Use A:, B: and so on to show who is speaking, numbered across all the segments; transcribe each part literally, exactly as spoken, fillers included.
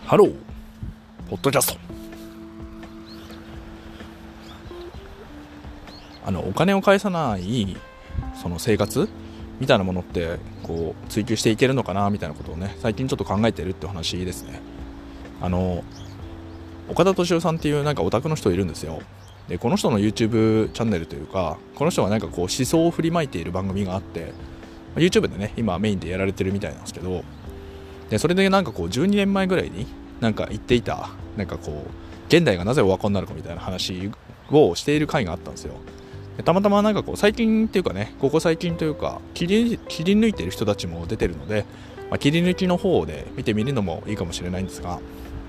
A: ハローポッドキャスト。あのお金を返さないその生活みたいなものってこう追求していけるのかなみたいなことをね、最近ちょっと考えてるってお話ですね。あの岡田敏夫さんっていうなんかオタクの人いるんですよ。でこの人の YouTube チャンネルというか、この人はなんかこう思想を振りまいている番組があって、 YouTube でね今メインでやられてるみたいなんですけど、でそれでなんかこうじゅうにねんまえぐらいになんか言っていたなんかこう現代がなぜオワコンになるかみたいな話をしている回があったんですよ。でたまたまなんかこう最近っていうかね、ここ最近というか切り、切り抜いてる人たちも出てるので、まあ、切り抜きの方で見てみるのもいいかもしれないんですが、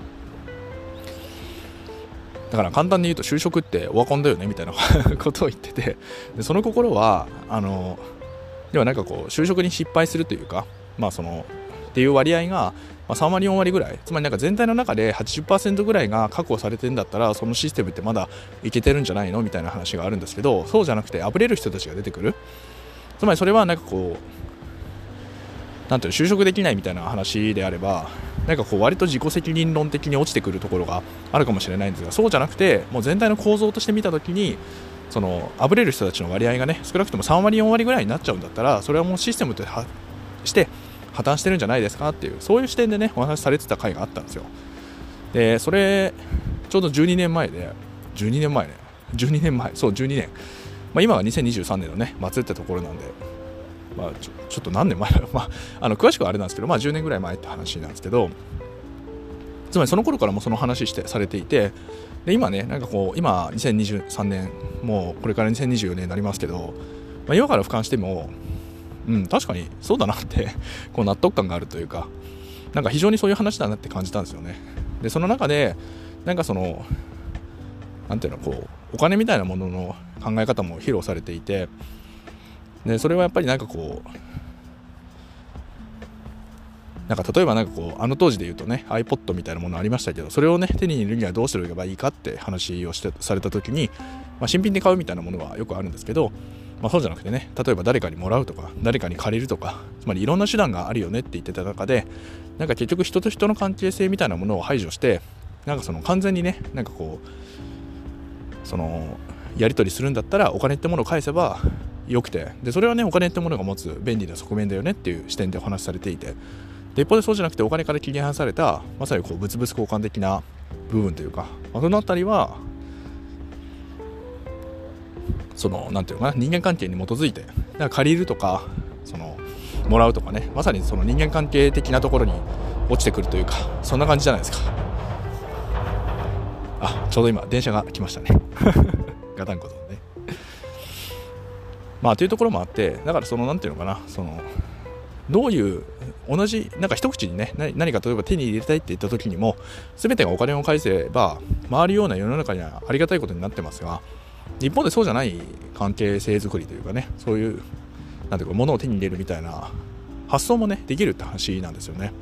A: だから簡単に言うと就職ってオワコンだよねみたいなことを言ってて、でその心はあのではなんかこう就職に失敗するというか、まあそのっていう割合がさんわりよんわりぐらい、つまりなんか全体の中で はちじゅっパーセント ぐらいが確保されてるんだったら、そのシステムってまだいけてるんじゃないのみたいな話があるんですけど、そうじゃなくてあぶれる人たちが出てくる。つまりそれはなんかこうなんていうの、就職できないみたいな話であればなんかこう割と自己責任論的に落ちてくるところがあるかもしれないんですが、そうじゃなくてもう全体の構造として見たときに、そのあぶれる人たちの割合がね少なくともさんわりよんわりぐらいになっちゃうんだったら、それはもうシステムとして破綻してるんじゃないですかっていう、そういう視点でねお話しされてた回があったんですよ。でそれちょうどじゅうにねんまえで、じゅうにねんまえねじゅうにねんまえ、そうじゅうにねん、まあ、今はにせんにじゅうさんねんのね末ってところなんで、まあ、ちょ, ちょっと何年前だろう、まあ、あの詳しくはあれなんですけど、まあ、じゅうねんぐらい前って話なんですけど、つまりその頃からもその話してされていて、で今ねなんかこう今にせんにじゅうさんねん、もうこれからにせんにじゅうよねんになりますけど、まあ、今から俯瞰してもうん、確かにそうだなってこう納得感があるというか、なんか非常にそういう話だなって感じたんですよね。でその中でなんかそのなんていうの、こうお金みたいなものの考え方も披露されていて、でそれはやっぱりなんかこうなんか例えばなんかこうあの当時で言うとね iPod みたいなものありましたけど、それをね手に入れるにはどうすればいいかって話をしてされた時に、まあ、新品で買うみたいなものはよくあるんですけど、まあ、そうじゃなくてね、例えば誰かにもらうとか誰かに借りるとか、つまりいろんな手段があるよねって言ってた中で、なんか結局人と人の関係性みたいなものを排除して、なんかその完全にねなんかこうそのやり取りするんだったらお金ってものを返せばよくて、でそれはねお金ってものが持つ便利な側面だよねっていう視点でお話しされていて、で一方でそうじゃなくてお金から切り離されたまさにこう物々交換的な部分というか、まあ、そのあたりはそのなんていうのかな、人間関係に基づいて、だから借りるとかそのもらうとかね、まさにその人間関係的なところに落ちてくるというか、そんな感じじゃないですか。あ、ちょうど今電車が来ましたねガタンコとね。まあというところもあって、だからそのなんていうのかな、そのどういう同じなんか一口にね何か例えば手に入れたいって言った時にも全てがお金を返せば回るような世の中にはありがたいことになってますが、一方でそうじゃない関係性作りというかね、そういうなんていうか物を手に入れるみたいな発想もねできるって話なんですよね。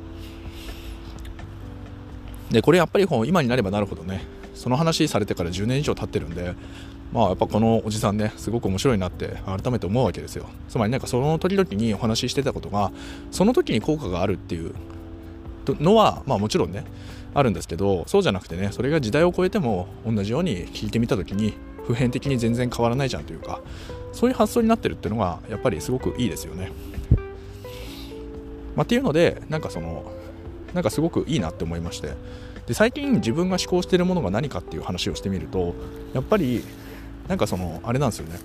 A: でこれやっぱりこう今になればなるほどね、その話されてからじゅうねん以上経ってるんで、まあやっぱこのおじさんねすごく面白いなって改めて思うわけですよ。つまりなんかその時々にお話ししてたことがその時に効果があるっていうのはまあもちろんねあるんですけど、そうじゃなくてね、それが時代を超えても同じように聞いてみた時に普遍的に全然変わらないじゃんというか、そういう発想になってるっていうのがやっぱりすごくいいですよね。まあ、っていうのでなんかそのなんかすごくいいなって思いまして、で最近自分が思考しているものが何かっていう話をしてみると、やっぱりなんかそのあれなんですよね、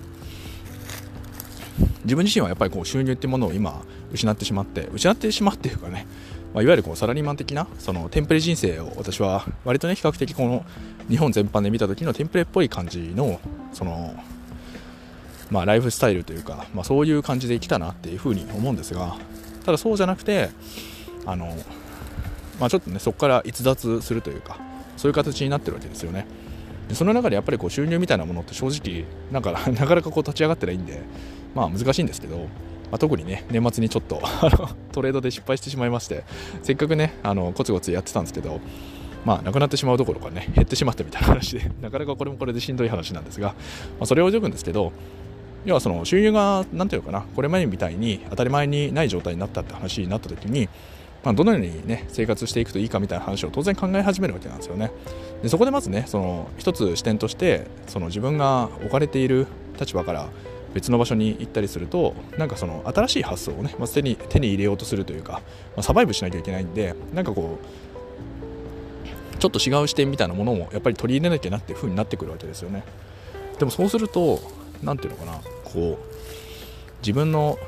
A: 自分自身はやっぱりこう収入っていうものを今失ってしまって失ってしまっていうかね、まあ、いわゆるこうサラリーマン的なそのテンプレ人生を私は割とね比較的この日本全般で見た時のテンプレっぽい感じのそのまあライフスタイルというか、まあ、そういう感じで生きたなっていうふうに思うんですが、ただそうじゃなくてあのまあちょっとねそこから逸脱するというか、そういう形になってるわけですよね。でその中でやっぱりこう収入みたいなものって正直なんかなかなかこう立ち上がってないんで、まあ難しいんですけど、まあ、特にね年末にちょっとトレードで失敗してしまいまして、せっかくねあのコツコツやってたんですけど、まあなくなってしまうどころかね減ってしまったみたいな話で、なかなかこれもこれでしんどい話なんですが、まあ、それを置いとくんですけど、要はその収入がなんていうのかな、これまでみたいに当たり前にない状態になったって話になった時に、 まあ、どのように、ね、生活していくといいかみたいな話を当然考え始めるわけなんですよね。でそこでまずねその一つ視点としてその自分が置かれている立場から別の場所に行ったりするとなんかその新しい発想をね、まあ、手に手に入れようとするというか、まあ、サバイブしなきゃいけないんでなんかこうちょっと違う視点みたいなものもやっぱり取り入れなきゃなっていう風になってくるわけですよね。でもそうするとなんていうのかなこう自分の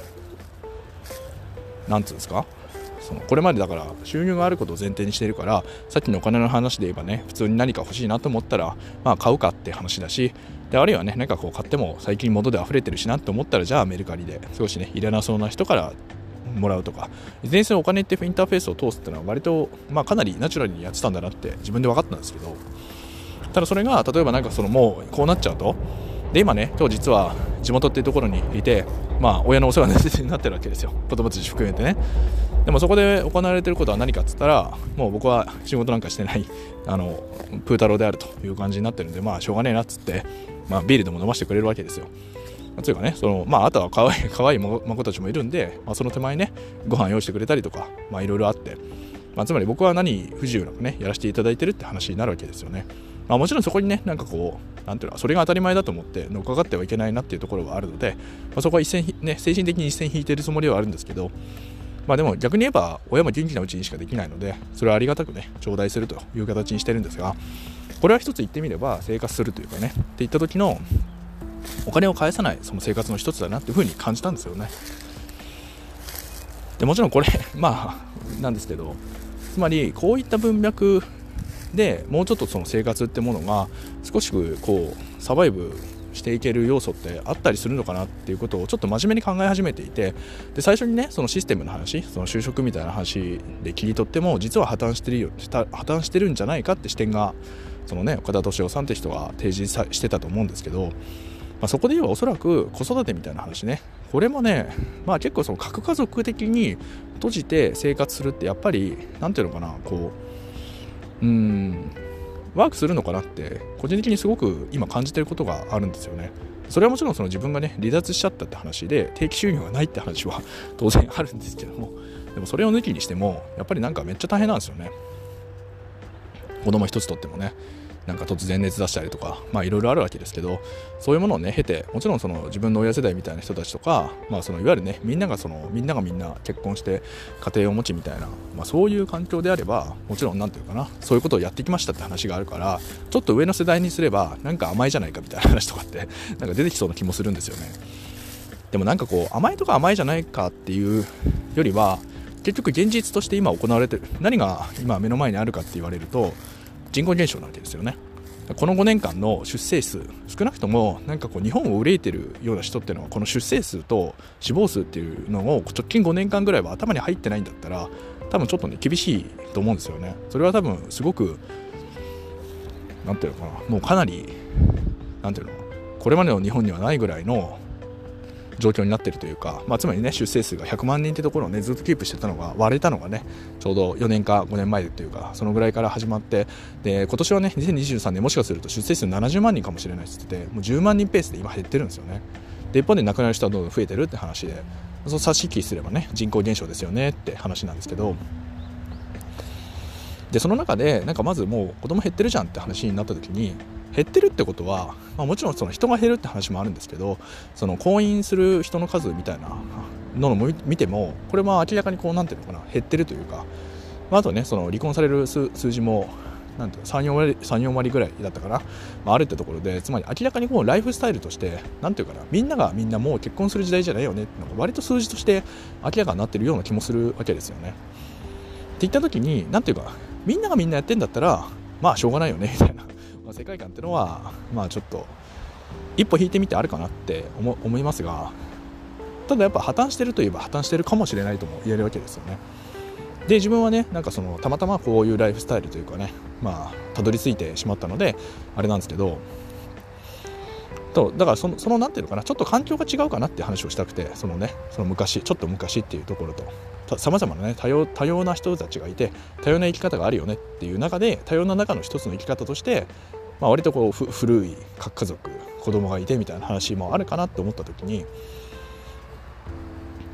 A: なんつうんですかそのこれまでだから収入があることを前提にしているからさっきのお金の話で言えばね普通に何か欲しいなと思ったらまあ買うかって話だしであるいはねなんかこう買っても最近物で溢れてるしなと思ったらじゃあメルカリで少しねいらなそうな人からもらうとかいずれにせよお金ってインターフェースを通すっていうのは割とまあかなりナチュラルにやってたんだなって自分で分かったんですけどただそれが例えばなんかそのもうこうなっちゃうとで今ね今日実は地元っていうところにいてまあ親のお世話になってるわけですよ子供たち含めてね。でもそこで行われていることは何かっつったらもう僕は仕事なんかしてないあのプー太郎であるという感じになってるんでまあしょうがねえなっつって、まあ、ビールでも飲ませてくれるわけですよ。というかねその、まあ、あとは可愛い可愛い孫たちもいるんで、まあ、その手前ねご飯用意してくれたりとかまあいろいろあって、まあ、つまり僕は何不自由なくねやらせていただいてるって話になるわけですよね。まあ、もちろんそこにねなんかこうなんていうのそれが当たり前だと思って乗っかかってはいけないなっていうところはあるので、まあ、そこは一線、ね、精神的に一線引いているつもりはあるんですけどまあでも逆に言えば親も元気なうちにしかできないのでそれはありがたくね頂戴するという形にしてるんですがこれは一つ言ってみれば生活するというかねって言った時のお金を返さないその生活の一つだなっていうふうに感じたんですよね。でもちろんこれまあなんですけどつまりこういった文脈でもうちょっとその生活ってものが少しこうサバイブしていける要素ってあったりするのかなっていうことをちょっと真面目に考え始めていてで最初にねそのシステムの話その就職みたいな話で切り取っても実は破綻してるよ破綻してるんじゃないかって視点がそのね岡田敏夫さんって人が提示さしてたと思うんですけど、まあ、そこで言えばおそらく子育てみたいな話ねこれもねまあ結構その核家族的に閉じて生活するってやっぱりなんていうのかなこううーんワークするのかなって個人的にすごく今感じてることがあるんですよね。それはもちろんその自分がね離脱しちゃったって話で定期収入がないって話は当然あるんですけどもでもそれを抜きにしてもやっぱりなんかめっちゃ大変なんですよね。子供一つとってもねなんか突然熱出したりとかまあいろいろあるわけですけどそういうものをね経てもちろんその自分の親世代みたいな人たちとかまあそのいわゆるねみんながそのみんながみんな結婚して家庭を持ちみたいなまあそういう環境であればもちろんなんていうかなそういうことをやってきましたって話があるからちょっと上の世代にすればなんか甘いじゃないかみたいな話とかってなんか出てきそうな気もするんですよね。でもなんかこう甘いとか甘いじゃないかっていうよりは結局現実として今行われてる何が今目の前にあるかって言われると人口減少なわけですよね。このごねんかんの出生数少なくともなんかこう日本を憂いてるような人っていうのはこの出生数と死亡数っていうのを直近ごねんかんぐらいは頭に入ってないんだったら多分ちょっとね厳しいと思うんですよね。それは多分すごくなんていうのかなもうかなりなんていうのこれまでの日本にはないぐらいの状況になっているというか、まあ、つまりね出生数がひゃくまんにんってところをねずっとキープしてたのが割れたのがねちょうどよねんかごねんまえというかそのぐらいから始まってで今年はねにせんにじゅうさんねんもしかすると出生数ななじゅうまんにんかもしれないって言っててもうじゅうまんにんペースで今減ってるんですよね。で一方で亡くなる人はどんどん増えてるって話でその差し引きすればね人口減少ですよねって話なんですけどでその中でなんかまずもう子供減ってるじゃんって話になった時に減ってるってことは、まあ、もちろんその人が減るって話もあるんですけどその婚姻する人の数みたいなのを見てもこれは明らかにこうなんていうのかな減ってるというか、まあ、あとねその離婚される 数, 数字もなんていうの さん,よん 割, さんよん割ぐらいだったかな、まあ、あるってところでつまり明らかにこうライフスタイルとしてなんていうかなみんながみんなもう結婚する時代じゃないよねってのが割と数字として明らかになってるような気もするわけですよね。っていった時になんていうかみんながみんなやってんだったらまあしょうがないよねみたいなまあ、世界観っていうのはまあちょっと一歩引いてみてあるかなって思、思いますがただやっぱ破綻してるといえば破綻してるかもしれないとも言えるわけですよね。で自分はねなんかそのたまたまこういうライフスタイルというかねまあたどり着いてしまったのであれなんですけどとだからその、そのなんていうのかなちょっと環境が違うかなって話をしたくてそのねその昔ちょっと昔っていうところとさまざまなね多様、多様な人たちがいて多様な生き方があるよねっていう中で多様な中の一つの生き方としてまあ、割とこうふ古い核家族子供がいてみたいな話もあるかなって思った時に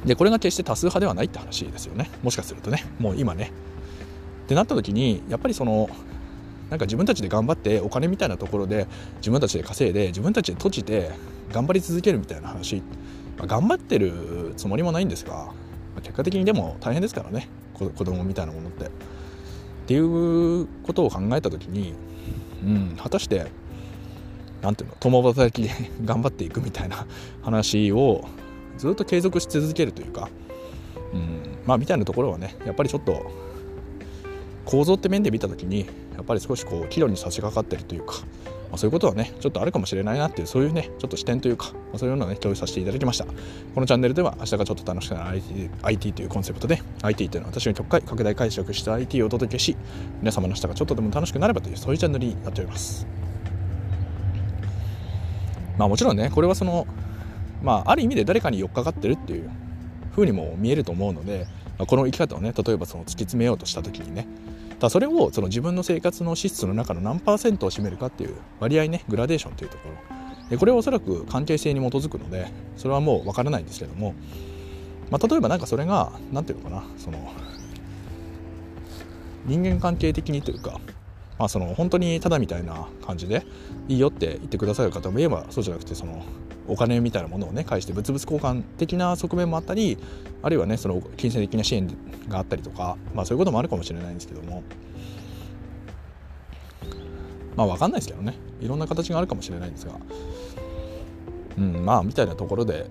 A: でこれが決して多数派ではないって話ですよね。もしかするとね、もう今ねってなった時に、やっぱりそのなんか自分たちで頑張ってお金みたいなところで自分たちで稼いで自分たちで閉じて頑張り続けるみたいな話、まあ、頑張ってるつもりもないんですが、まあ、結果的にでも大変ですからね、子供みたいなものってっていうことを考えた時に、うん、果たしてなんていうの、共働きで頑張っていくみたいな話をずっと継続し続けるというか、うん、まあみたいなところはね、やっぱりちょっと構造って面で見たときにやっぱり少しこう岐路に差し掛かってるというか、まあ、そういうことはねちょっとあるかもしれないなっていう、そういうねちょっと視点というか、まあ、そういうのをね共有させていただきました。このチャンネルでは明日がちょっと楽しくなる アイティー, アイティー というコンセプトで アイティー というのは私が極快拡大解釈した アイティー をお届けし、皆様の明日がちょっとでも楽しくなればという、そういうチャンネルになっております。まあもちろんねこれはそのまあある意味で誰かに寄っかかってるっていう風にも見えると思うので、まあ、この生き方をね例えばその突き詰めようとした時にね、ただそれをその自分の生活の支出の中の何パーセントを占めるかっていう割合ね、グラデーションというところで、これはおそらく関係性に基づくのでそれはもう分からないんですけども、まあ、例えばなんかそれがなんていうのかな、その人間関係的にというか、まあ、その本当にただみたいな感じでいいよって言ってくださる方もいれば、そうじゃなくてそのお金みたいなものをね返して物々交換的な側面もあったり、あるいはねその金銭的な支援があったりとか、まあそういうこともあるかもしれないんですけども、まあ分かんないですけどね、いろんな形があるかもしれないんですが、うんまあみたいなところで、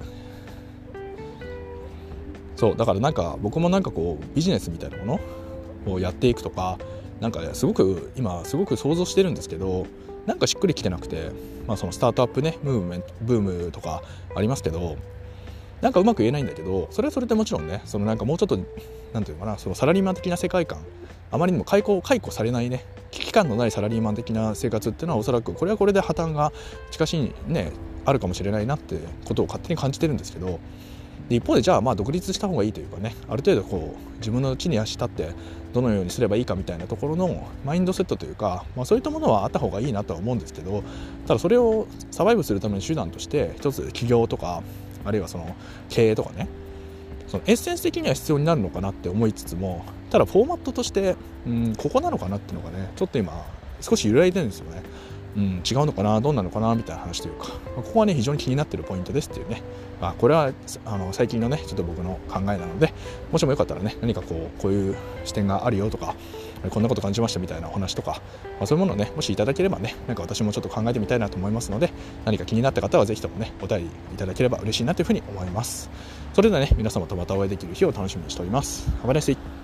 A: そうだからなんか僕もなんかこうビジネスみたいなものをやっていくとか、なんかすごく今すごく想像してるんですけど、なんかしっくりきてなくて、まあ、そのスタートアップねムーブメントブームとかありますけど、なんかうまく言えないんだけど、それはそれでもちろんね、そのなんかもうちょっとなんていうのかな、そのサラリーマン的な世界観、あまりにも解雇解雇されないね、危機感のないサラリーマン的な生活っていうのはおそらくこれはこれで破綻が近しいねあるかもしれないなってことを勝手に感じてるんですけど、で一方でじゃあまあ独立した方がいいというかね、ある程度こう自分の地に足立ってどのようにすればいいかみたいなところのマインドセットというか、まあ、そういったものはあった方がいいなとは思うんですけど、ただそれをサバイブするための手段として一つ起業とか、あるいはその経営とかね、そのエッセンス的には必要になるのかなって思いつつも、ただフォーマットとして、うん、ここなのかなっていうのがねちょっと今少し揺らいでるんですよね。うん、違うのかな、どうなのかなみたいな話というか、ここはね非常に気になっているポイントですっていうね、まあ、これはあの最近のねちょっと僕の考えなので、もしもよかったらね何かこうこういう視点があるよとか、こんなこと感じましたみたいなお話とか、まあ、そういうものをねもしいただければね、なんか私もちょっと考えてみたいなと思いますので、何か気になった方はぜひともねお便りいただければ嬉しいなというふうに思います。それではね皆様とまたお会いできる日を楽しみにしております。Have a nice day.